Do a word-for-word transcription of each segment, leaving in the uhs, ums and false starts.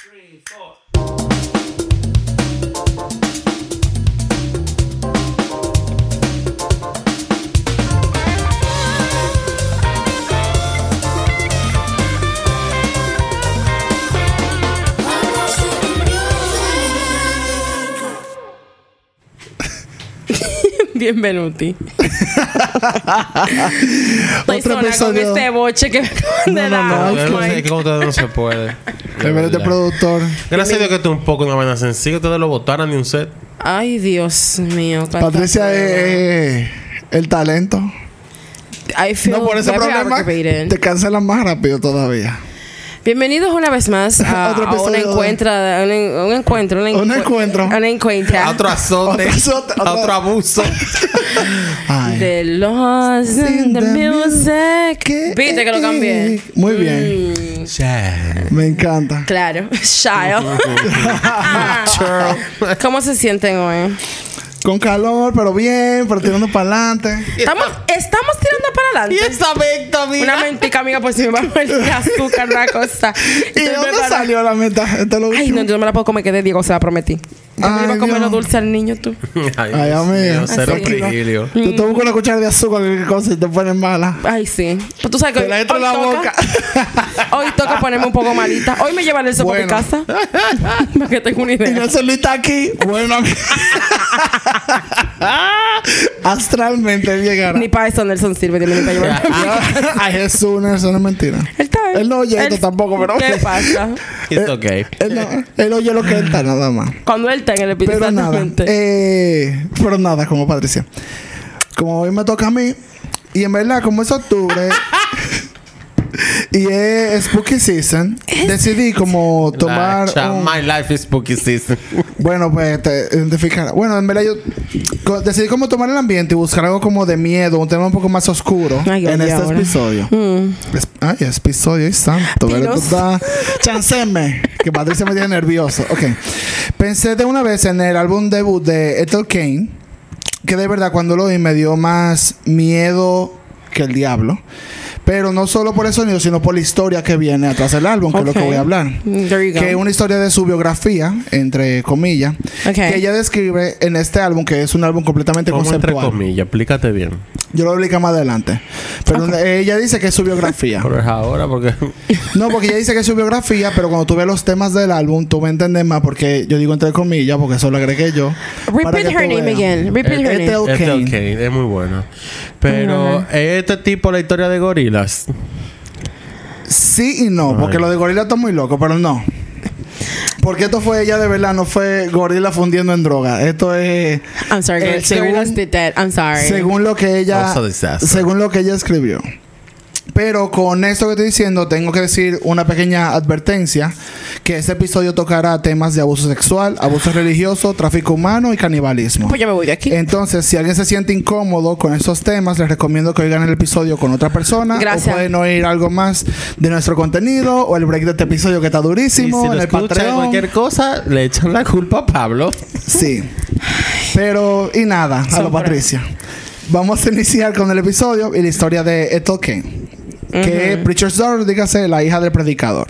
three, four. Bienvenuti. Otro episodio. Con este boche que me acaban de No, no, dar. no, Es que- es que con ustedes no se puede. Bienvenido productor. Gracias a Dios que esto es un poco una vaina sencilla. Ustedes lo botaran ni un set. Ay, Dios mío. Patricia es el talento. I feel No, por ese very problema aggravated. te cancelan más rápido todavía. Bienvenidos una vez más a, Otro a un, episodio encuentro, un, en- un encuentro. Un, Un encu- encuentro. Un encuentro. A otro azote. Otro azote, A otro- otro abuso. Ay. The Lost in the Music. Viste que lo cambié. Muy bien. Mm, Yeah. Me encanta. claro. Child. ¿Cómo se sienten hoy? Con calor, pero bien, pero tirando para adelante. Estamos, estamos tirando para Y adelante. esa venta, amiga. Una mentica, amiga, por si me va a morir de azúcar, una cosa. ¿Y Estoy de dónde preparada. salió la meta? Esto es lo Ay, último. no, yo no me la puedo comer, que de Diego se la prometí. Yo me Ay, iba a comer Dios. lo dulce al niño, tú. Ay, Ay, Dios amiga. mío, cero Así. frigilio. Tú te buscas una cuchara de azúcar y cosa y te pones mala. Ay, sí. Pues tú sabes que Te la entro en la toca, boca. hoy toca ponerme un poco malita. Hoy me llevaré el sopa Bueno. de casa. Para que tenga una Y idea. Nelson Luis está aquí. Bueno, astralmente él llegará. Ni para eso Nelson sirve, Dios mío, ni para llevar. Ay, Jesús, Nelson, es mentira. Él está ahí. Él no oye esto tampoco, pero- ¿Qué pasa? It's okay. Él, no, él oye lo que él está, nada más. Cuando él está en el episodio. Pero nada. exactamente. Eh, pero nada, como Patricia. Como hoy me toca a mí. Y en verdad, como es octubre. y es Spooky Season. Decidí como tomar. La cha- un- My life is spooky season. Bueno, pues te identificar. Bueno, en verdad yo co- decidí como tomar el ambiente y buscar algo como de miedo, un tema un poco más oscuro Ay, en ay, este ahora. episodio. Mm. Es- ay, es episodio, ay, santo. ¿Verdad? Piros. Tú estás- Chanceme, que Patricia me tiene nervioso. Ok. Pensé de una vez en el álbum debut de Ethel Cain, que de verdad cuando lo vi me dio más miedo que el diablo. Pero no solo por el sonido, sino por la historia que viene atrás del álbum, que es lo que Ok. voy a hablar. There you go. Que es una historia de su biografía, entre comillas, Ok. que ella describe en este álbum, que es un álbum completamente Como entre conceptual. comillas, explícate bien. Yo lo explico más adelante. Pero ella dice que es su biografía. Pero es ahora porque. No, porque ella dice que es su biografía, pero cuando tú ves los temas del álbum, tú vas a entender más, porque yo digo entre comillas, porque eso lo agregué yo. para Repeat que her tú name veas. again. Repeat her Ethel name. Es Cain. ok, es muy bueno. Pero Ajá. ¿es este tipo la historia de gorilas? Sí y no, porque Ay. lo de Gorila está muy loco, pero no. Porque esto fue ella de verdad, no fue Gorila fundiendo en droga. Esto es I'm sorry, Eh, girls. según- Gorillas did that. I'm sorry. según lo que ella Also disaster. según lo que ella escribió. Pero con esto que estoy diciendo, tengo que decir una pequeña advertencia: que este episodio tocará temas de abuso sexual, abuso religioso, tráfico humano y canibalismo. Pues yo me voy de aquí. Entonces, si alguien se siente incómodo con estos temas, les recomiendo que oigan el episodio con otra persona. Gracias. O pueden oír algo más de nuestro contenido o el break de este episodio que está Y durísimo si en lo el escuchan Patreon. cualquier cosa, le echan la culpa a Pablo. Sí. Pero, y nada, a lo Sombra. Patricia. Vamos a iniciar con el episodio y la historia de Ethel Cain, que es Preacher's Daughter, dígase, la hija del predicador.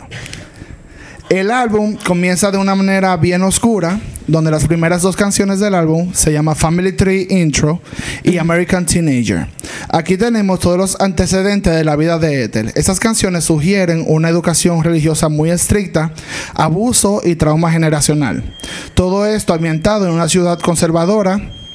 El álbum comienza de una manera bien oscura, donde las primeras dos canciones del álbum se llama Family Tree Intro y American Teenager. Aquí tenemos todos los antecedentes de la vida de Ethel. Estas canciones sugieren una educación religiosa muy estricta, abuso y trauma generacional. Todo esto ambientado en una ciudad conservadora.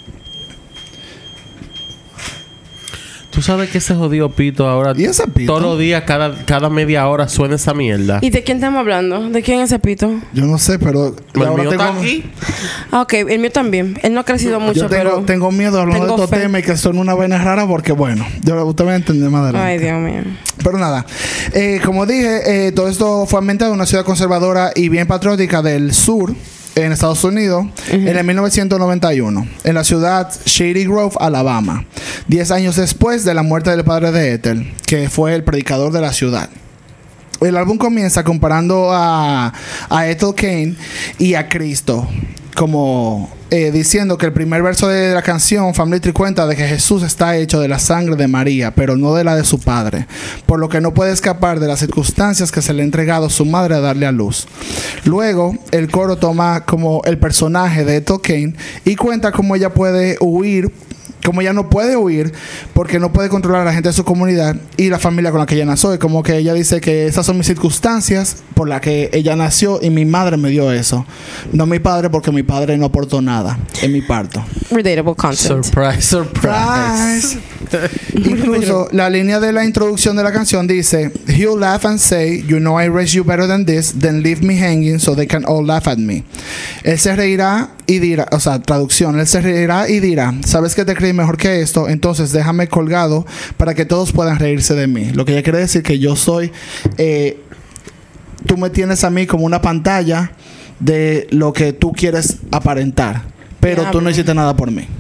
Tú sabes que ese jodido pito ahora ¿Y ese pito? todos los días, cada, cada media hora suena esa mierda. ¿Y de quién estamos hablando? ¿De quién es ese pito? Yo no sé, pero El ahora mío tengo, está aquí. Ah, ok. El mío también. Él no ha crecido mucho, yo tengo, pero... tengo miedo hablando tengo de estos fe. temas y que son una vaina rara porque, bueno, yo, usted va a entender más adelante. Ay, Dios mío. Pero nada, eh, como dije, eh, todo esto fue ambientado en una ciudad conservadora y bien patriótica del sur, en Estados Unidos, en el mil novecientos noventa y uno, en la ciudad Shady Grove, Alabama, diez años después de la muerte del padre de Ethel, que fue el predicador de la ciudad. El álbum comienza comparando a, a Ethel Cain y a Cristo como eh, diciendo que el primer verso de la canción Family Tree cuenta de que Jesús está hecho de la sangre de María, pero no de la de su padre, por lo que no puede escapar de las circunstancias que se le ha entregado su madre a darle a luz. Luego el coro toma como el personaje de Ethel Kane y cuenta cómo ella puede huir, como ella no puede huir porque no puede controlar a la gente de su comunidad y la familia con la que ella nació. Y como que ella dice que esas son mis circunstancias por las que ella nació y mi madre me dio eso. No mi padre, porque mi padre no aportó nada en mi parto. Relatable content. Surprise, surprise. Incluso la línea de la introducción de la canción dice: He'll laugh and say, you know I raised you better than this, then leave me hanging so they can all laugh at me. Él se reirá y dirá, o sea, traducción, él se reirá y dirá, ¿sabes que te creí mejor que esto? Entonces déjame colgado para que todos puedan reírse de mí. Lo que ella quiere decir que yo soy, eh, tú me tienes a mí como una pantalla de lo que tú quieres aparentar, pero Yeah, tú no bro. hiciste nada por mí.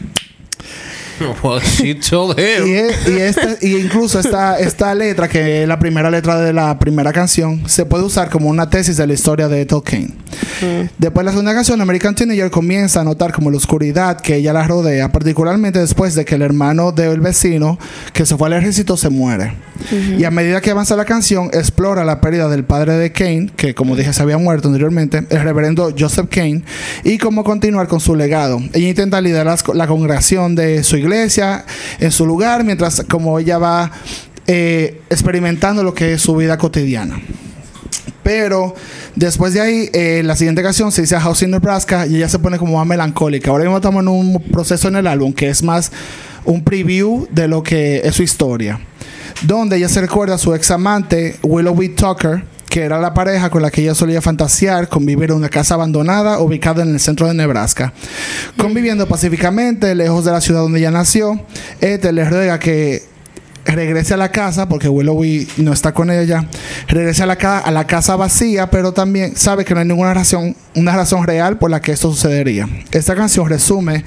Well, she told Y, him. es- y, este- y incluso esta, esta letra, que es la primera letra de la primera canción, se puede usar como una tesis de la historia de Ethel Kane. Mm. Después la segunda canción, American Teenager, comienza a notar como la oscuridad que ella la rodea, particularmente después de que el hermano del vecino que se fue al ejército se muere. Y a medida que avanza la canción, explora la pérdida del padre de Kane, que como dije se había muerto anteriormente, el reverendo Joseph Kane, y cómo continuar con su legado. Ella intenta liderar las- la congregación de su iglesia en su lugar, mientras como ella va eh, experimentando lo que es su vida cotidiana. Pero después de ahí, eh, la siguiente canción se dice A House in Nebraska y ella se pone como más melancólica. Ahora mismo estamos en un proceso en el álbum que es más un preview de lo que es su historia, donde ella se recuerda a su ex amante Willoughby Tucker, que era la pareja con la que ella solía fantasear con vivir en una casa abandonada ubicada en el centro de Nebraska. Conviviendo pacíficamente lejos de la ciudad donde ella nació, Ethel le ruega que regrese a la casa, porque Willoughby no está con ella ya. Regrese a la, ca- a la casa vacía, pero también sabe que no hay ninguna razón, una razón real por la que esto sucedería. Esta canción resume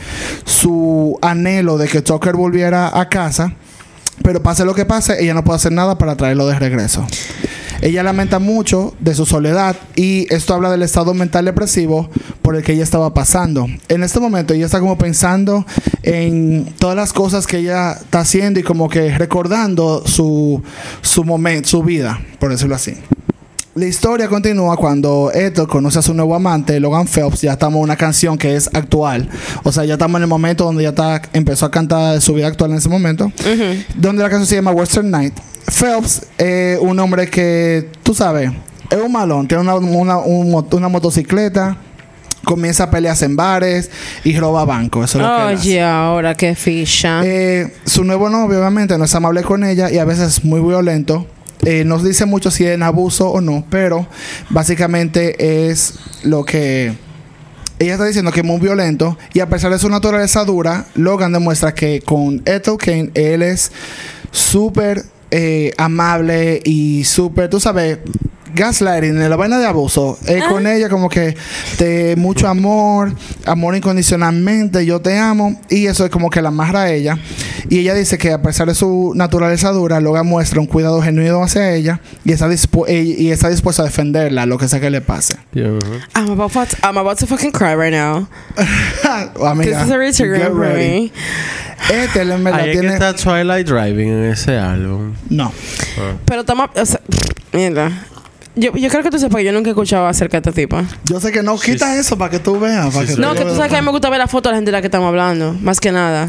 su anhelo de que Tucker volviera a casa, pero pase lo que pase, ella no puede hacer nada para traerlo de regreso. Ella lamenta mucho de su soledad y esto habla del estado mental depresivo por el que ella estaba pasando. En este momento ella está como pensando en todas las cosas que ella está haciendo y como que recordando su, su momento, su vida, por decirlo así. La historia continúa cuando Ethel conoce a su nuevo amante, Logan Phelps. Ya estamos en una canción que es actual. O sea, ya estamos en el momento donde ya está, empezó a cantar de su vida actual en ese momento. Ujú. Donde la canción se llama Western Night. Phelps es un hombre que, tú sabes, es un malón. Tiene una, una, un mo- una motocicleta. Comienza a pelearse en bares y roba bancos. Eso es lo que él hace. Oye, ahora qué ficha. Eh, su nuevo novio obviamente no es amable con ella y a veces es muy violento. Eh, no dice mucho si es en abuso o no, pero básicamente es lo que ella está diciendo, que es muy violento. Y a pesar de su naturaleza dura, Logan demuestra que con Ethel Kane él es súper eh, amable y súper, tú sabes, gaslighting, la vaina de abuso. Eh, Ah. Con ella como que de mucho amor, amor incondicionalmente, yo te amo. Y eso es como que la amarra a ella. Y ella dice que a pesar de su naturaleza dura, Logan muestra un cuidado genuino hacia ella y está, dispu- y y está dispuesto a defenderla, lo que sea que le pase. Yeah. I'm about, to- I'm about to fucking cry right now. Amiga, This is a get return for ready. me. Ethel en verdad Ahí es que tiene... está Twilight Driving en ese álbum. No. Pero estamos... O sea, mierda. Yo, yo creo que tú sepas que yo nunca he escuchado acerca de esta tipa. Yo sé que no. Quita eso para que tú veas. Para Sí, que sí. No, que tú sabes que a mí me gusta ver la foto de la gente de la que estamos hablando. Más que nada.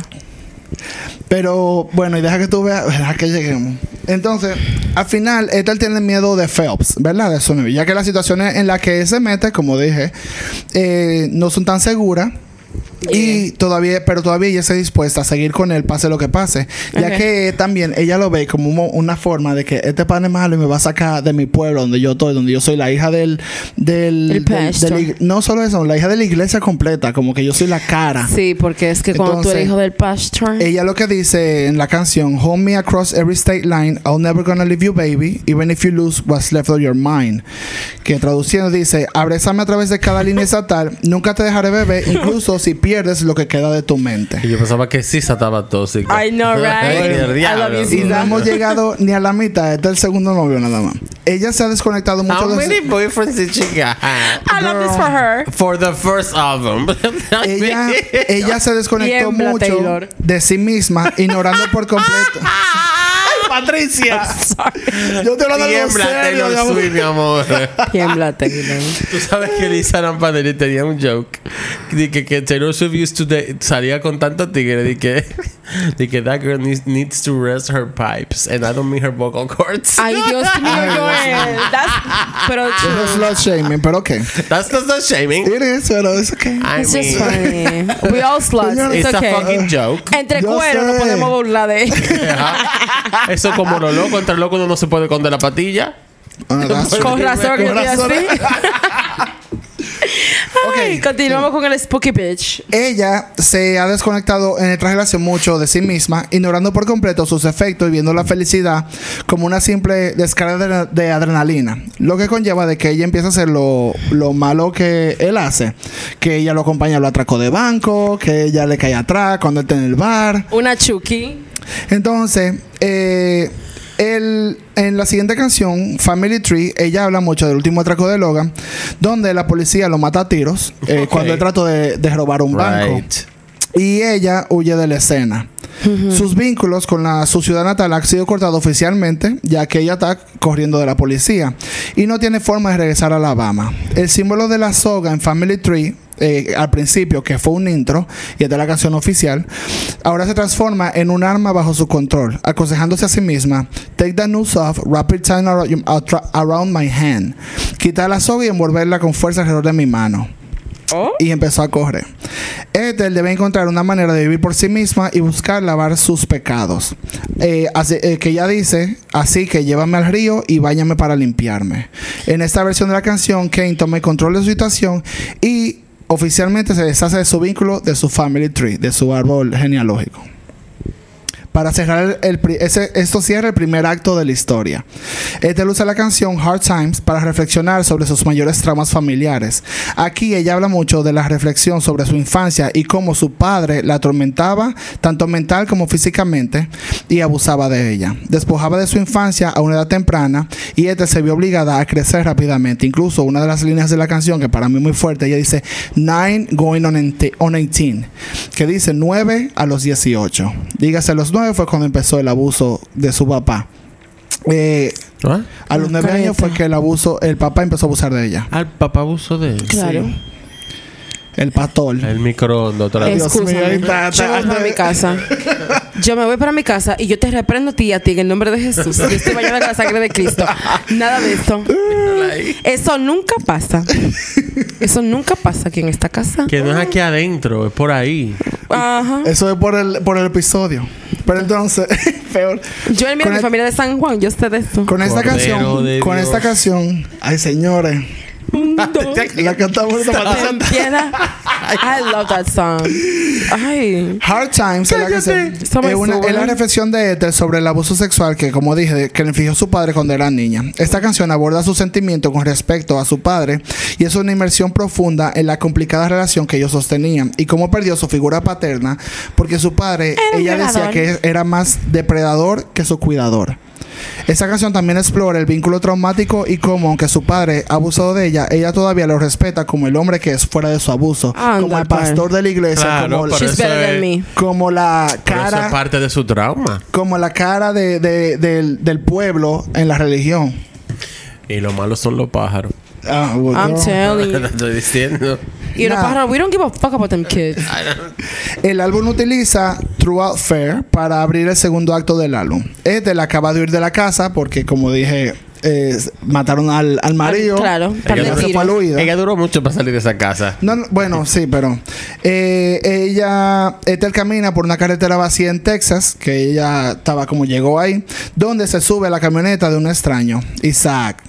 Pero bueno, y deja que tú veas, deja que lleguemos. Entonces, al final, Ethel tiene miedo de Phelps, ¿verdad? De su novio, ya que las situaciones en las que él se mete, como dije, eh, no son tan seguras. Y todavía, pero todavía ella está dispuesta a seguir con él, pase lo que pase. Ya Ok. que también ella lo ve como un- una forma de que este pan es malo y me va a sacar de mi pueblo, donde yo estoy, donde yo soy la hija del. del, El del- pastor. de la ig- no solo eso, la hija de la iglesia completa, como que yo soy la cara. Sí, porque es que cuando tú Entonces, eres hijo del pastor... Ella lo que dice en la canción, Hold me across every state line, I'll never gonna leave you baby, even if you lose what's left of your mind. Que traduciendo dice, abrázame a través de cada línea estatal, nunca te dejaré bebé, incluso si pierdes pierdes lo que queda de tu mente. Y yo pensaba que Sisa estaba tóxica. I know, right? Ay, I love you, Y no Sisa. hemos llegado ni a la mitad. Este es el segundo novio nada más. Ella se ha desconectado mucho How de many boyfriends did she got? I love this for her. For the first album. ella, ella se desconectó Tiembla, mucho Taylor. de sí misma, ignorando por completo. Patricia, yo te hablando de algo Tiembla, serio, mi Taylor amor. Swift, mi amor. Tiembla, Taylor. Tú sabes que Lisa Lampanelli tenía un joke de que, que Taylor Swift used to date- salía con tanto tigre de que, de que that girl needs, needs to rest her pipes and I don't mean her vocal cords. Ay, Dios mío, Joel. That's, pero Eso es slut shaming, pero ok. That's not the shaming. It is, pero es ok. I it's just mean, funny. We all sluts. it's It's a okay. fucking joke. Entre Yo cueros sé. nos podemos burlar de Ajá. Eso como lo loco, entre loco uno no se puede esconder la patilla. Ah, that's true. Con razón que yo Con estoy razón. así. Ay, continuamos con el Spooky Bitch. Ella se ha desconectado en esta relación mucho de sí misma, ignorando por completo sus efectos y viendo la felicidad como una simple descarga de, de adrenalina. Lo que conlleva de que ella empieza a hacer lo, lo malo que él hace. Que ella lo acompaña a lo atraco de banco, que ella le cae atrás cuando él está en el bar. Una Chucky. Entonces, eh, el, en la siguiente canción, Family Tree, ella habla mucho del último atraco de Logan, donde la policía lo mata a tiros eh, Ok. cuando él trató de, de robar un banco. Right. Y ella huye de la escena. Sus vínculos con la, su ciudad natal han sido cortados oficialmente, ya que ella está corriendo de la policía y no tiene forma de regresar a Alabama. El símbolo de la soga en Family Tree, eh, al principio, que fue un intro, y esta es la canción oficial, ahora se transforma en un arma bajo su control, aconsejándose a sí misma: take the noose off, wrap it tight around, around my hand. Quitar la soga y envolverla con fuerza alrededor de mi mano. Oh. Y empezó a correr. Ethel debe encontrar una manera de vivir por sí misma y buscar lavar sus pecados. Eh, así, eh, que ella dice: así que llévame al río y báñame para limpiarme. En esta versión de la canción, Kane toma el control de su situación y oficialmente se deshace de su vínculo, de su family tree, de su árbol genealógico. Para cerrar el, el pri- ese, esto cierra el primer acto de la historia. Ethel usa la canción Hard Times para reflexionar sobre sus mayores traumas familiares. Aquí ella habla mucho de la reflexión sobre su infancia y cómo su padre la atormentaba tanto mental como físicamente y abusaba de ella. Despojaba de su infancia a una edad temprana y Ethel se vio obligada a crecer rápidamente. Incluso una de las líneas de la canción, que para mí es muy fuerte, ella dice nine going on eighteen, que dice nueve a los dieciocho. Dígase, los nueve fue cuando empezó el abuso de su papá. Eh, ¿Ah? a los nueve Cállate. años fue que el abuso, el papá empezó a abusar de ella. Al papá abusó de él. Claro. Sí. El pastor. El microondas otra vez. Dios mío, Excúsame. ahí está, Yo me voy está. para mi casa. Yo me voy para mi casa y yo te reprendo a ti y a ti en el nombre de Jesús. Yo estoy bañada con la sangre de Cristo. Nada de esto. Eso nunca pasa. Eso nunca pasa aquí en esta casa. Que no es aquí adentro, es por ahí. Ajá. Eso es por el, por el episodio. Pero entonces, peor. Yo mira Con mi el- familia de San Juan, yo sé de esto. Con esta Cordero canción, de con Dios. esta canción, ay señores, Un, dos, la cantamos esta ten mañana. piedad. I love that song. Ay. Hard Times es la, canción. Está muy Es una- es la sola. reflexión de Ethel sobre el abuso sexual que, como dije, que le infligió su padre cuando era niña. Esta canción aborda sus sentimientos con respecto a su padre y es una inmersión profunda en la complicada relación que ellos sostenían y cómo perdió su figura paterna porque su padre, Era un ella decía violador. que era más depredador que su cuidador. Esta canción también explora el vínculo traumático y cómo, aunque su padre ha abusado de ella, ella todavía lo respeta como el hombre que es fuera de su abuso, Anda, como el pues. pastor de la iglesia, Claro, como, por She's eso better es- than me. como la Pero eso es cara, parte de su trauma. como la cara de, de- del, del pueblo en la religión. Y lo malo son los pájaros. Ah, bueno. I'm telling Te you. estoy diciendo. You know, Nah. pájaro, we don't give a fuck about them kids. El álbum utiliza Throughout Fair para abrir el segundo acto del álbum. Ethel acaba de huir de la casa porque, como dije, eh, mataron al, al marido. Claro, par de Ella se tiros. fue a la huida. Ella duró mucho para salir de esa casa. No, no, bueno, sí, pero eh, ella, Ethel camina por una carretera vacía en Texas, que ella estaba como llegó ahí, donde se sube a la camioneta de un extraño, Isaac.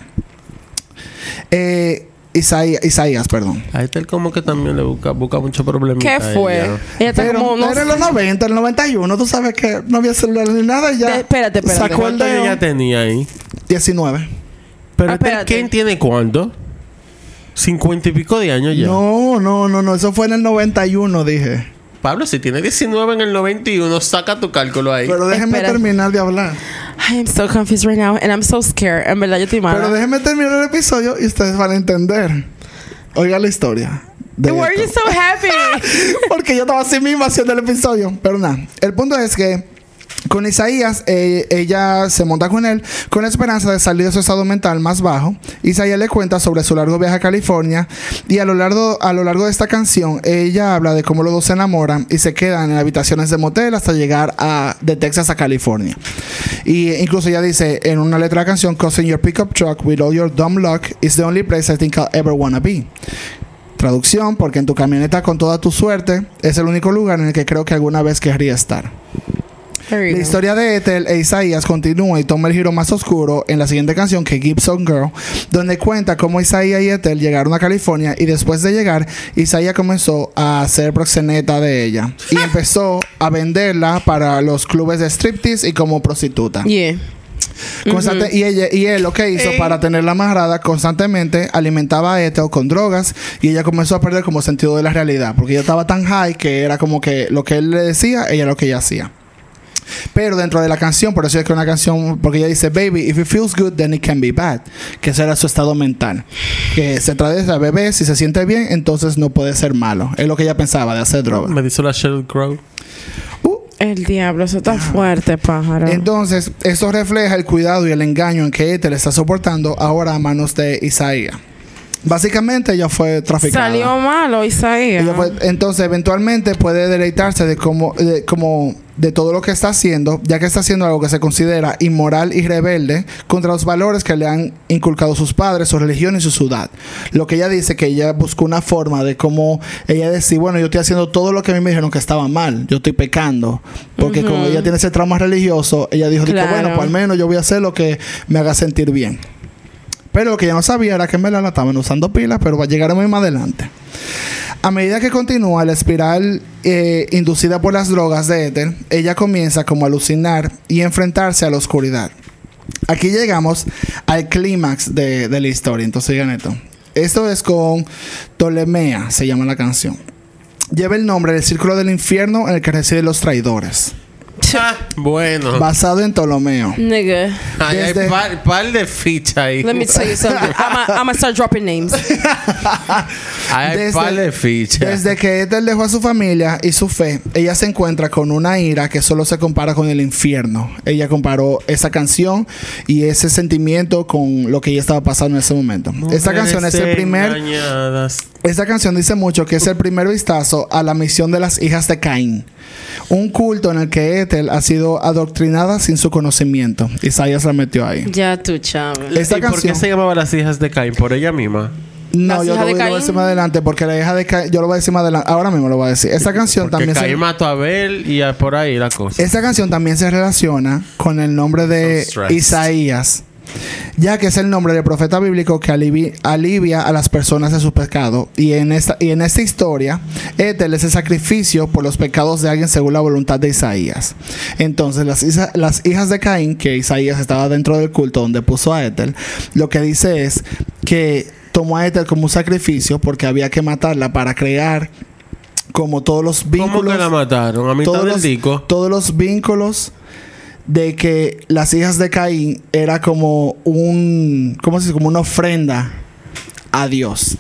Eh, Isaías, Isaías, perdón. A este él como que también le busca, busca mucho problema. ¿Qué fue? Ella está Pero como. No era en los sé. noventa, en el noventa y uno, tú sabes que no había celular ni nada y ya. De- espérate, espérate. Sacó el ¿Cuánto dedo. ella tenía ahí? diecinueve. Pero Ah, este, espérate. ¿quién tiene cuánto? Cincuenta y pico de años ya. No, no, no, no. Eso fue en el noventa y uno, dije. Pablo, si tiene diecinueve en el noventa y uno, saca tu cálculo ahí. Pero déjeme Espera. terminar de hablar. I am so confused right now and I'm so scared. En verdad, yo estoy mala. Pero déjeme terminar el episodio y ustedes van a entender. Oiga la historia. De Why are you esto. so happy? Porque yo estaba así mismo haciendo el episodio. Pero nada. El punto es que con Isaías, eh, ella se monta con él con la esperanza de salir de su estado mental más bajo. Isaías le cuenta sobre su largo viaje a California y a lo largo, a lo largo de esta canción ella habla de cómo los dos se enamoran y se quedan en habitaciones de motel hasta llegar a, de Texas a California. Y incluso ella dice en una letra de la canción, "Cause in your pickup truck with all your dumb luck is the only place I think I'll ever wanna be." Traducción, porque en tu camioneta con toda tu suerte es el único lugar en el que creo que alguna vez querría estar. La historia de Ethel e Isaías continúa y toma el giro más oscuro en la siguiente canción, que Gibson Girl, donde cuenta cómo Isaías y Ethel llegaron a California y después de llegar, Isaías comenzó a ser proxeneta de ella y empezó a venderla para los clubes de striptease y como prostituta. Yeah. Constante, Mm-hmm. y, ella, y él lo que hizo Ey. para tenerla amarrada constantemente alimentaba a Ethel con drogas y ella comenzó a perder como sentido de la realidad porque ella estaba tan high que era como que lo que él le decía, ella lo que ella hacía. Pero dentro de la canción, por eso es que una canción, porque ella dice, "Baby, if it feels good, then it can be bad", que ese era su estado mental, que se trata de bebé, si se siente bien, entonces no puede ser malo. Es lo que ella pensaba de hacer droga. Me dice la Sheryl Crow. Uh, El diablo, eso está fuerte, pájaro. entonces, eso refleja el cuidado y el engaño en que Ethel está soportando ahora a manos de Isaías. Básicamente ella fue traficada. Salió malo, Isaías. Ella fue- entonces eventualmente puede deleitarse de cómo de, como de todo lo que está haciendo, ya que está haciendo algo que se considera inmoral y rebelde contra los valores que le han inculcado sus padres, su religión y su ciudad. Lo que ella dice que ella buscó una forma de cómo ella decía, bueno, yo estoy haciendo todo lo que a mí me dijeron que estaba mal, yo estoy pecando, porque como ella tiene ese trauma religioso, ella dijo, dijo, Claro. bueno, pues al menos yo voy a hacer lo que me haga sentir bien. Pero lo que ella no sabía era que en verdad la estaban usando pilas, pero va a llegar muy más adelante. A medida que continúa la espiral eh, inducida por las drogas de Ethel, ella comienza como a alucinar y enfrentarse a la oscuridad. Aquí llegamos al clímax de, de la historia. Entonces, digan esto. Esto es con Ptolomea, se llama la canción. Lleva el nombre del círculo del infierno en el que residen los traidores. Ah, bueno. Basado en Ptolomeo. Nigga. Ay, hay desde- par, par de ficha ahí. Let me tell you something. I'm gonna start dropping names. Hay Desde- par de ficha. Desde que Ethel dejó a su familia y su fe, ella se encuentra con una ira que solo se compara con el infierno. Ella comparó esa canción y ese sentimiento con lo que ella estaba pasando en ese momento. Esta canción es el primer... Engañadas. Esta canción dice mucho que es el primer vistazo a la misión de las hijas de Caín. Un culto en el que Ethel ha sido adoctrinada sin su conocimiento. Isaías la metió ahí. Ya tú, chaval. Esta ¿Y por canción- qué se llamaba Las Hijas de Caín? ¿Por ella misma? No, ¿Las yo hijas lo de voy, lo voy a Caín? decir más adelante porque la hija de Caín, yo lo voy a decir más adelante. Ahora mismo lo voy a decir. Esta canción Porque también Caín se, mató a Abel y a- por ahí la cosa. esta canción también se relaciona con el nombre de So stressed. Isaías, ya que es el nombre del profeta bíblico que alivi- alivia a las personas de su pecado. Y en esta, y en esta historia, Ethel es el sacrificio por los pecados de alguien según la voluntad de Isaías. Entonces, las, isa- las hijas de Caín, que Isaías estaba dentro del culto donde puso a Ethel, lo que dice es que tomó a Ethel como un sacrificio porque había que matarla para crear como todos los vínculos. ¿Cómo que la mataron? A mitad todos del los, disco. todos los vínculos de que las hijas de Caín era como un, ¿cómo se dice? Como una ofrenda a Dios.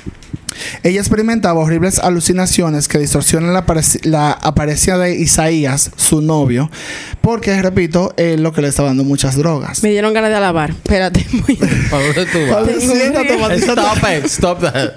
Ella experimentaba horribles alucinaciones que distorsionan la, aparec- la apariencia de Isaías, su novio, porque, repito, él lo que le estaba dando muchas drogas. Me dieron ganas de alabar. Espérate. ¿Para dónde tú vas? Padre, siéntate, maldita- Stop it. Stop that.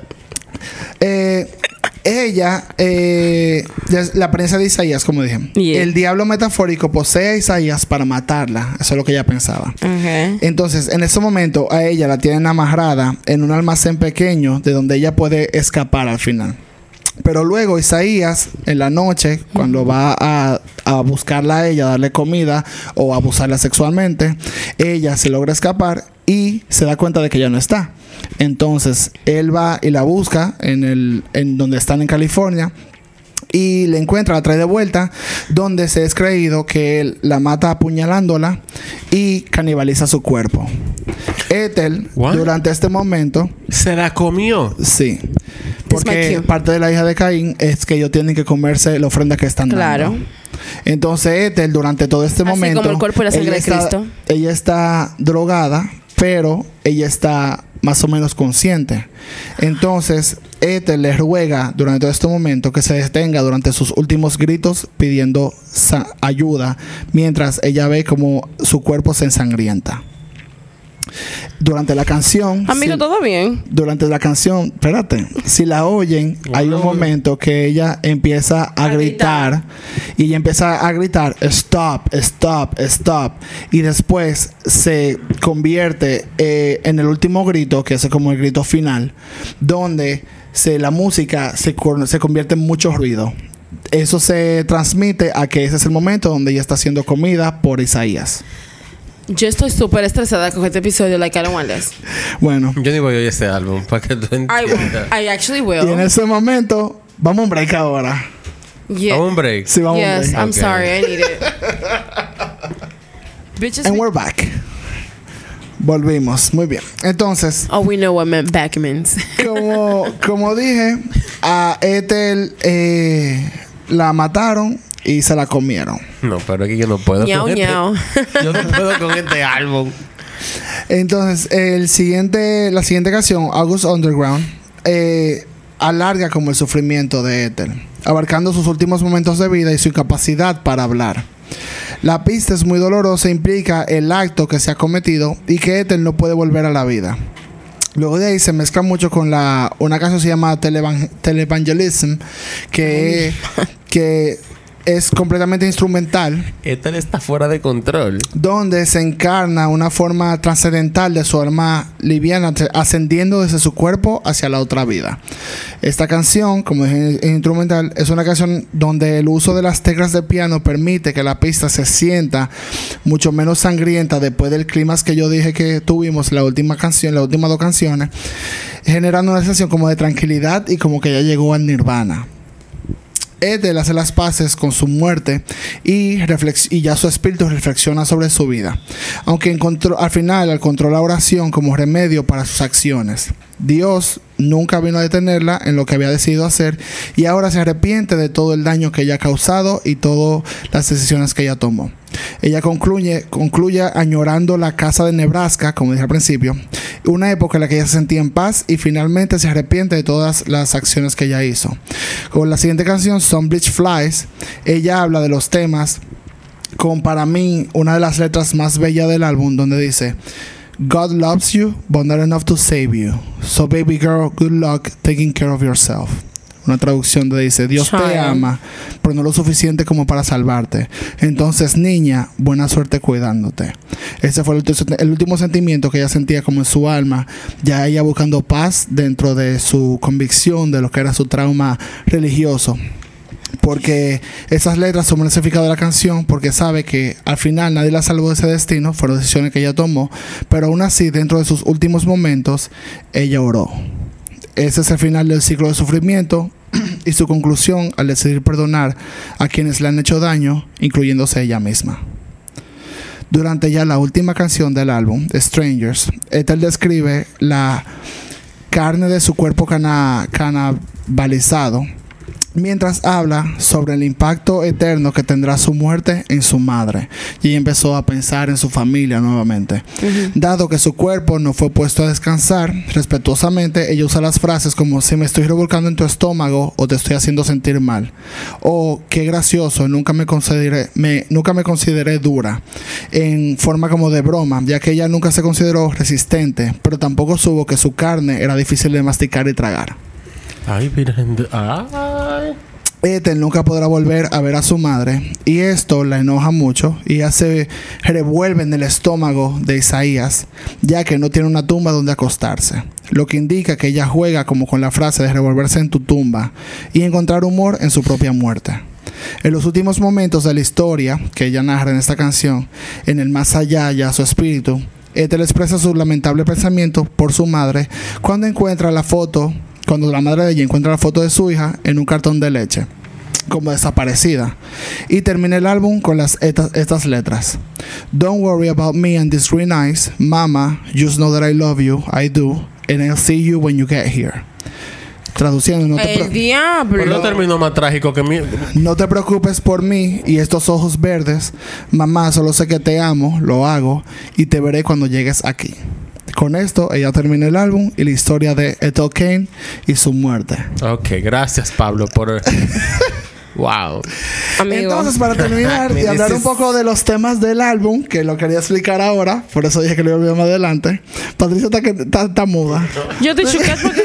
Eh, ella, eh, des- la apariencia de Isaías, como dije, Yeah. el diablo metafórico posee a Isaías para matarla. Eso es lo que ella pensaba. Okay. Entonces, en ese momento, a ella la tienen amarrada en un almacén pequeño de donde ella puede escapar al final. Pero luego Isaías, en la noche, cuando va a, a buscarla a ella, darle comida o abusarla sexualmente, ella se logra escapar y se da cuenta de que ya no está. Entonces, él va y la busca en el en donde están en California y le encuentra, la trae de vuelta, donde se es creído que él la mata apuñalándola y canibaliza su cuerpo. Ethel, What? durante este momento, ¿Se la comió? sí, my porque cue. parte de la hija de Caín es que ellos tienen que comerse la ofrenda que están Claro. dando. Entonces Ethel, durante todo este Así momento, como el cuerpo y la sangre ella de está- Cristo. ella está drogada, pero ella está más o menos consciente. Entonces Ethel le ruega durante todo este momento que se detenga durante sus últimos gritos pidiendo sa- ayuda, mientras ella ve como su cuerpo se ensangrienta. Durante la canción, Amigo, si- ¿todo bien? durante la canción, espérate, si la oyen, hay un momento que ella empieza a, A gritar, gritar. y ella empieza a gritar stop, stop, stop, y después se convierte eh, en el último grito, que es como el grito final, donde se, la música se, cor- se convierte en mucho ruido. Eso se transmite a que ese es el momento donde ella está siendo comida por Isaías. Yo estoy súper estresada con este episodio. Like, I don't want this. Bueno, Yo ni voy a oír este álbum para que tú I, entiendas. I actually y en will. ese momento, vamos a un break ahora. Yeah. Vamos a un break. Sí, vamos a un Yes, break. I'm Okay. sorry. I need it. Bitches. And we're back. Volvimos. Muy bien. Entonces, Oh, we know what meant back means. como, como dije, a Ethel eh, la mataron y se la comieron. No, pero es que yo no puedo Ñau, con este. ñau. Yo no puedo con este álbum. Entonces, el siguiente, la siguiente canción, August Underground, eh, alarga como el sufrimiento de Ethel, abarcando sus últimos momentos de vida y su incapacidad para hablar. La pista es muy dolorosa e implica el acto que se ha cometido y que Ethel no puede volver a la vida. Luego de ahí se mezcla mucho con la una canción que se llama Televan- Televangelism, que, que es completamente instrumental, Ethel está fuera de control. donde se encarna una forma trascendental de su alma liviana t- ascendiendo desde su cuerpo hacia la otra vida. Esta canción, como dije, es instrumental, es una canción donde el uso de las teclas de piano permite que la pista se sienta mucho menos sangrienta después del clímax que yo dije que tuvimos en la última canción, las últimas dos canciones, generando una sensación como de tranquilidad y como que ya llegó al nirvana. Ethel hace las paces con su muerte y, reflex- y ya su espíritu reflexiona sobre su vida, aunque encontró, al final encontró la oración como remedio para sus acciones. Dios nunca vino a detenerla en lo que había decidido hacer y ahora se arrepiente de todo el daño que ella ha causado y todas las decisiones que ella tomó. Ella concluye, concluye añorando la casa de Nebraska, como dije al principio, una época en la que ella se sentía en paz y finalmente se arrepiente de todas las acciones que ella hizo. Con la siguiente canción, Some Bleach Flies, ella habla de los temas con, para mí, una de las letras más bellas del álbum, donde dice: God loves you, but not enough to save you. So baby girl, good luck taking care of yourself. Una traducción donde dice: Dios te Child. ama, pero no lo suficiente como para salvarte. Entonces, niña, buena suerte cuidándote. Ese fue el, ulti- el último sentimiento que ella sentía como en su alma, ya ella buscando paz dentro de su convicción de lo que era su trauma religioso. Porque esas letras son un significado de la canción, porque sabe que al final nadie la salvó de ese destino, fueron decisiones que ella tomó, pero aún así, dentro de sus últimos momentos, ella oró. Ese es el final del ciclo de sufrimiento y su conclusión al decidir perdonar a quienes le han hecho daño, incluyéndose ella misma. Durante ya la última canción del álbum, Strangers, Ethel describe la carne de su cuerpo cana- canibalizado, mientras habla sobre el impacto eterno que tendrá su muerte en su madre. Y ella empezó a pensar en su familia nuevamente. Uh-huh. Dado que su cuerpo no fue puesto a descansar, respetuosamente ella usa las frases como: si me estoy revolcando en tu estómago o te estoy haciendo sentir mal, o qué gracioso, nunca me consideré, me, nunca me consideré dura, en forma como de broma, ya que ella nunca se consideró resistente, pero tampoco supo que su carne era difícil de masticar y tragar. Ay, virgen de- Ay. Ethel nunca podrá volver a ver a su madre, y esto la enoja mucho y ella se revuelve en el estómago de Isaías, ya que no tiene una tumba donde acostarse, lo que indica que ella juega como con la frase de revolverse en tu tumba y encontrar humor en su propia muerte. En los últimos momentos de la historia que ella narra en esta canción, en el más allá ya su espíritu, Ethel expresa su lamentable pensamiento por su madre cuando encuentra la foto Cuando la madre de ella encuentra la foto de su hija en un cartón de leche. como desaparecida. Y termina el álbum con las, estas, estas letras. Don't worry about me and these green eyes. Mama, just know that I love you. I do. And I'll see you when you get here. Traduciendo, no te, El diablo. Pero no terminó más trágico que mi... no te preocupes por mí y estos ojos verdes. Mamá, solo sé que te amo, lo hago y te veré cuando llegues aquí. Con esto, ella termina el álbum y la historia de Ethel Cain y su muerte. Ok, gracias Pablo por... Wow. Amigo. Entonces, para terminar y hablar un poco de los temas del álbum, que lo quería explicar ahora, por eso dije que lo iba a ver más adelante. Patricia está, que, está, está muda. Yo estoy chocada porque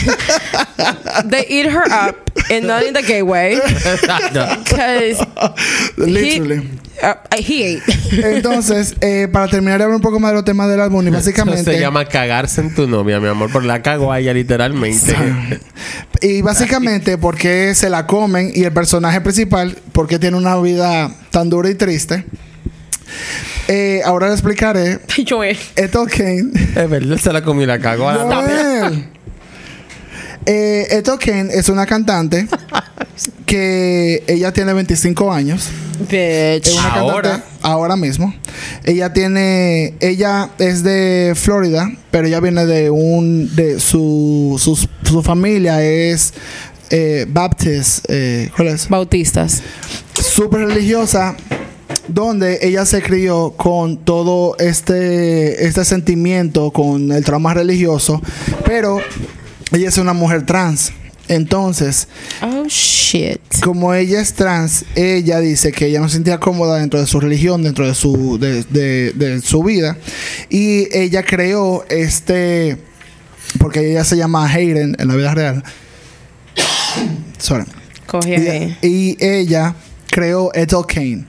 que they eat her up and not in the gay way. Because Literally. He, uh, he ate. Entonces, eh, para terminar de hablar un poco más de los temas del álbum y básicamente... Eso se llama cagarse en tu novia, mi amor, por la cagó a ella literalmente. Y básicamente porque se la comen y el personaje principal, porque tiene una vida tan dura y triste. Eh, ahora le explicaré. Joel. Ethel Cain. Es verdad, se la comió y la cagó a la novia. Eh, Ethel Cain es una cantante que ella tiene veinticinco años. Bitch. Es una Ahora. cantante ahora mismo. Ella tiene, ella es de Florida, pero ella viene de un, de su, su, su familia es eh, Baptist, eh, ¿cuál es? Bautistas. Súper religiosa, donde ella se crió con todo este, este sentimiento, con el trauma religioso, pero ella es una mujer trans. Entonces, Oh shit. como ella es trans, ella dice que ella no se sentía cómoda dentro de su religión, dentro de su, de, de, de su vida. Y ella creó este, porque ella se llama Hayden en la vida real. Sorry. Coge ahí. Y, y ella creó Ethel Cain.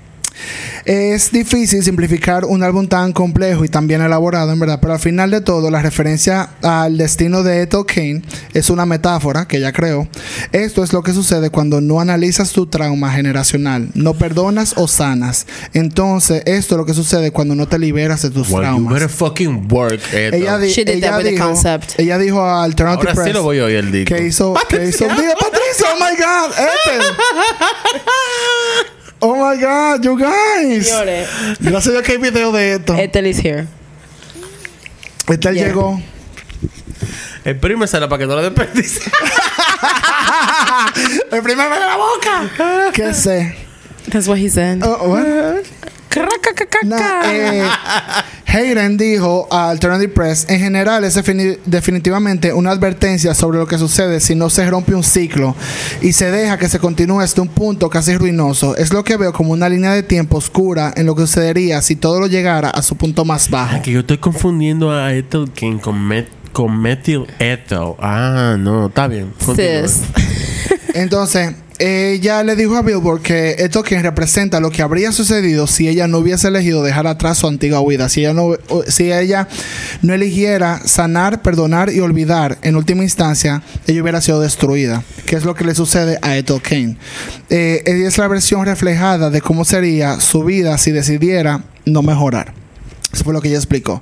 Es difícil simplificar un álbum tan complejo y tan bien elaborado, en verdad, pero al final de todo, la referencia al destino de Ethel Cain es una metáfora que ella creó. Esto es lo que sucede cuando no analizas tu trauma generacional, no perdonas o sanas. Entonces, esto es lo que sucede cuando no te liberas de tus Well, you traumas. better fucking work, Ethel. Ella, di- She did ella that with the dijo, concept. ella dijo a Alternative Ahora Press sí lo voy a oír el disco. que hizo, que hizo, Diga, Patricia, oh my God, Ethel. Oh my God, you guys. Señores, Gracias a Dios que hay video de esto. Ethel is here. Ethel Yeah. llegó. Exprímesela para que no la desperdicie. El primer de la boca. ¿Qué sé? That's what he said. Oh, what? No, eh, Hayden dijo a Alternative Press, en general es defini- definitivamente una advertencia sobre lo que sucede si no se rompe un ciclo y se deja que se continúe hasta un punto casi ruinoso. Es lo que veo como una línea de tiempo oscura en lo que sucedería si todo lo llegara a su punto más bajo. Ah, que yo estoy confundiendo a Ethel King con, met, con Methyl Ethel. Ah, no, está bien. Continúa. Sis. Entonces, ella le dijo a Billboard que esto que representa lo que habría sucedido si ella no hubiese elegido dejar atrás su antigua vida, si ella no, si ella no eligiera sanar, perdonar y olvidar, en última instancia, ella hubiera sido destruida, que es lo que le sucede a Ethel Cain. Eh, ella es la versión reflejada de cómo sería su vida si decidiera no mejorar. Eso fue lo que ella explicó.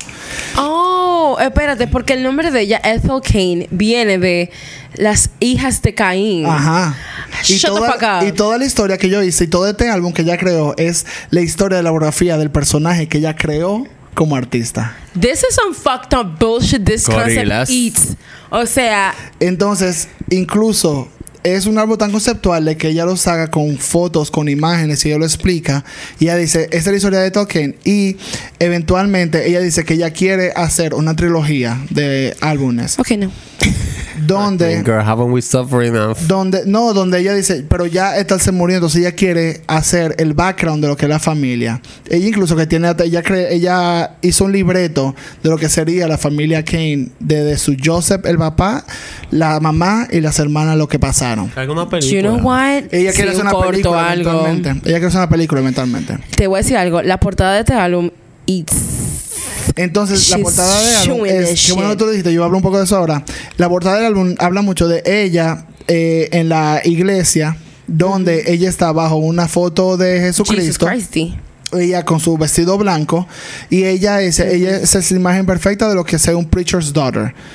Oh, espérate, porque el nombre de ella, Ethel Cain, viene de las hijas de Caín. Ajá. Y Shut the toda, fuck up. y toda la historia que yo hice y todo este álbum que ella creó es la historia de la biografía del personaje que ella creó como artista. This is some fucked up bullshit this Gorilas. concept eats. O sea, Entonces, incluso es un álbum tan conceptual de que ella los haga con fotos, con imágenes y ella lo explica. Y ella dice, esta es la historia de Tolkien. Y eventualmente ella dice que ella quiere hacer una trilogía de álbumes. ok, no. Donde... Girl, haven't we suffered enough? Donde, no, donde ella dice, pero ya Ethel se murió, entonces ella quiere hacer el background de lo que es la familia. Ella incluso que tiene, ella cree, ella hizo un libreto de lo que sería la familia Cain, desde su Joseph, el papá, la mamá y las hermanas, lo que pasaron. ¿Alguna You película? know what? Ella quiere Sí, hacer un una corto, película algo. eventualmente. Ella quiere hacer una película eventualmente. Te voy a decir algo. La portada de este álbum eats. Entonces, la She's portada del álbum chewing es, this qué bueno shit. que tú lo dijiste, yo hablo un poco de eso ahora. La portada del álbum habla mucho de ella eh, en la iglesia, donde ella está bajo una foto de Jesus Jesucristo. Christy. Ella con su vestido blanco y ella es, ella es la imagen perfecta de lo que es un preacher's daughter.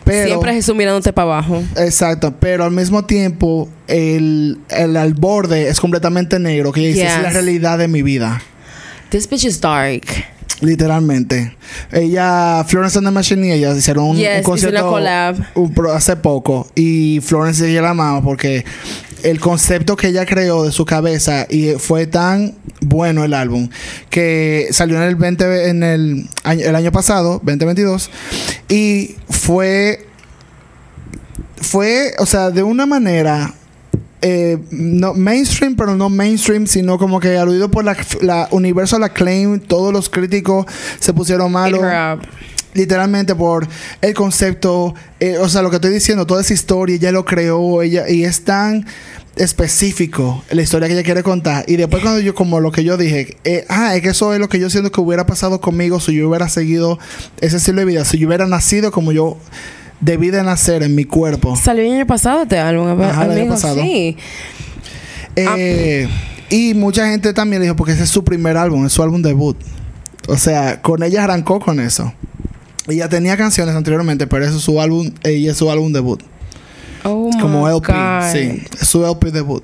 Pero, Siempre Jesús mirándote para abajo. Exacto, pero al mismo tiempo el, el al borde es completamente negro, que ella dice, Yes. es la realidad de mi vida. This bitch is dark. Literalmente. Ella, Florence and the Machine y ella hicieron un, Yes, un concierto hizo una collab. un pro- hace poco. Y Florence ella la amaba porque el concepto que ella creó de su cabeza y fue tan bueno el álbum que salió en el veinte en el año, el año pasado, veinte veintidós, y fue fue, o sea, de una manera eh, no mainstream, pero no mainstream, sino como que aludido por la, la Universal Acclaim. Todos los críticos se pusieron malos. Hit her up. Literalmente por el concepto, eh, o sea, lo que estoy diciendo, toda esa historia, ella lo creó, ella, y es tan específico la historia que ella quiere contar. Y después cuando yo, como lo que yo dije, eh, ah, es que eso es lo que yo siento que hubiera pasado conmigo si yo hubiera seguido ese estilo de vida, si yo hubiera nacido como yo debí de nacer en mi cuerpo. Salió el año pasado este álbum, Ajá, el año amigo. pasado. Sí. Eh, y mucha gente también le dijo, porque ese es su primer álbum, es su álbum debut. O sea, con ella arrancó con eso. Ella tenía canciones anteriormente, pero eso es su álbum, ella es su álbum debut. Oh Es como my L P, God. sí, es su L P debut.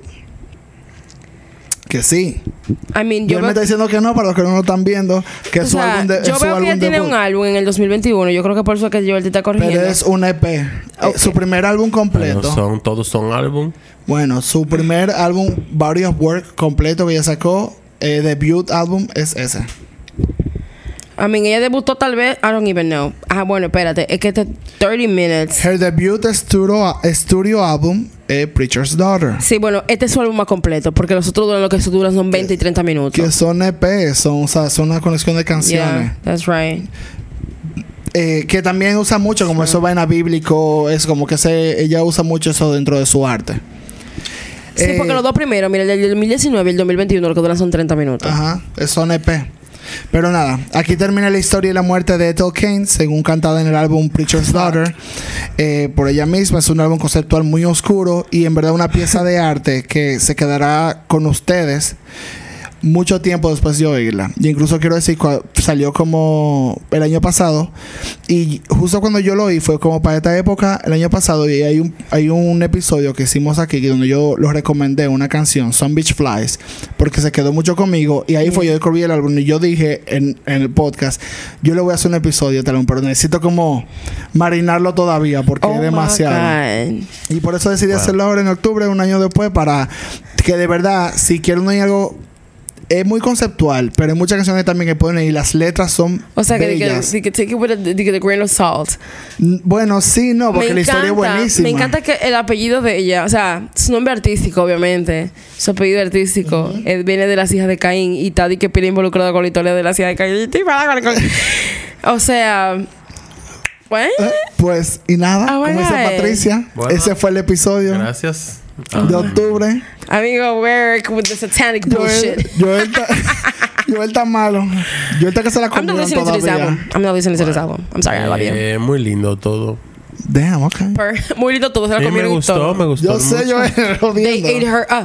Que sí. I mean, Y yo él me veo, está diciendo que no, para los que no lo están viendo, que o es su sea, álbum, de, es yo su veo que álbum ella tiene debut. un álbum en el dos mil veintiuno. Yo creo que por eso es que Joel te está corrigiendo. Pero es un E P. Ok. Eh, Su primer álbum completo. Bueno, son, todos son álbum. Bueno, su primer álbum, Body of Work, completo que ella sacó, eh, debut álbum, es ese. I mean, ella debutó tal vez, I don't even know. Ah, bueno, espérate, es que este thirty minutes. Her debut studio, studio álbum es Preacher's Daughter. Sí, bueno, este es su álbum más completo, porque los otros duran lo que se duran son veinte y treinta minutos. Que son E P, son, o sea, son una conexión de canciones. Yeah, that's right. Eh, que también usa mucho, como eso vaina bíblico, es como que se, ella usa mucho eso dentro de su arte. Sí, Eh, porque los dos primeros, mira, el del dos mil diecinueve y el dos mil veintiuno, lo que duran son treinta minutos. Ajá, son E P. Pero nada, aquí termina la historia y la muerte de Ethel Cain, según cantada en el álbum Preacher's Daughter, eh, por ella misma. Es un álbum conceptual muy oscuro y en verdad una pieza de arte que se quedará con ustedes mucho tiempo después de oírla. Y incluso quiero decir, cua- salió como el año pasado, y justo cuando yo lo oí fue como para esta época el año pasado, y hay un, hay un episodio que hicimos aquí donde yo lo recomendé, una canción, Some Beach Flies, porque se quedó mucho conmigo, y ahí fue yo descubrí el álbum y yo dije en, en el podcast, yo le voy a hacer un episodio tal vez, pero necesito como marinarlo todavía porque Oh es my demasiado. God. Y por eso decidí Wow. hacerlo ahora en octubre, un año después, para que de verdad, si quieren oír algo, es muy conceptual, pero hay muchas canciones también que pueden ir y las letras son O sea, que, que, bellas. que, que take it with a, with a grain of salt. N- Bueno, sí, no, porque Me la historia es buenísima. Me encanta que el apellido de ella, o sea, su nombre artístico, obviamente, su apellido artístico, eh, viene de las hijas de Caín y Taddy que pide involucrado con la historia de las hijas de Caín. O sea, bueno, Eh, Pues, y nada, Oh my como dice God. Patricia, Bueno. ese fue el episodio Gracias. de octubre. amigo, work with the satanic Joel, bullshit. Joel, está, Joel está malo. Joel está que se la I'm not comieron listening to this album. todavía. I'm not listening to this album. I'm sorry, I love you. Eh, muy lindo todo. Damn, ok. Per- Muy lindo todo, se la Sí, me comieron y gustó, todo. me gustó. Yo sé, mucho. Joel, They jodiendo. ate her up.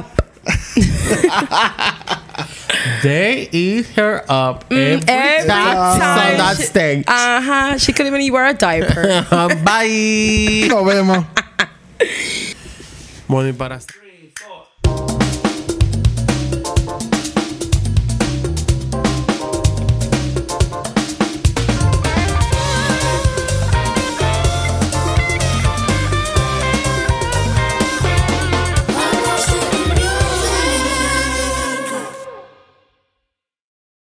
They eat her up every, every time she's time on that she- stage. Ajá, she couldn't even wear a diaper. Ah. Bye. Nos vemos. Bueno, y para